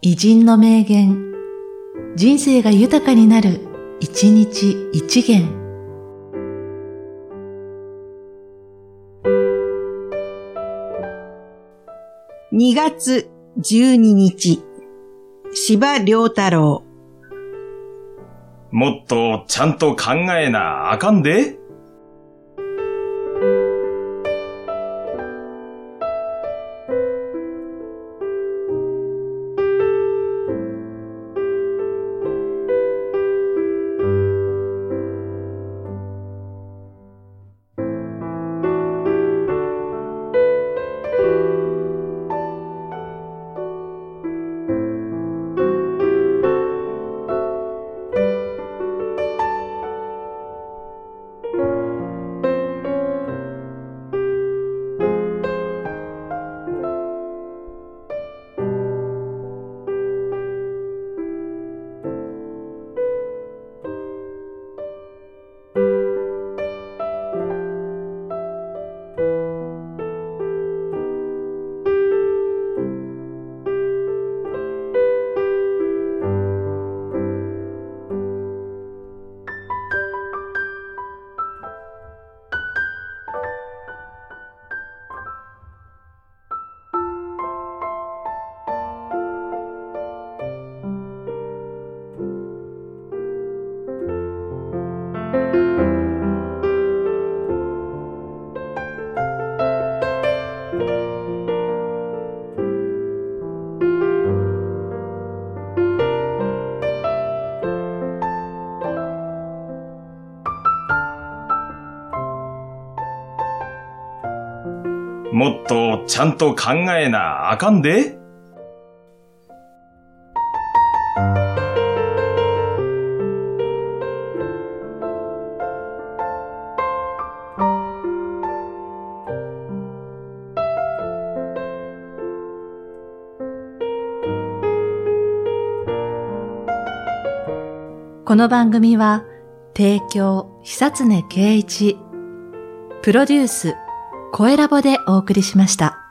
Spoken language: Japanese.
偉人の名言、人生が豊かになる、一日一元。 2月12日、司馬遼太郎。 もっとちゃんと考えなあかんで。もっとちゃんと考えなあかんで。 この番組は、提供、久常圭一、プロデュース、声ラボでお送りしました。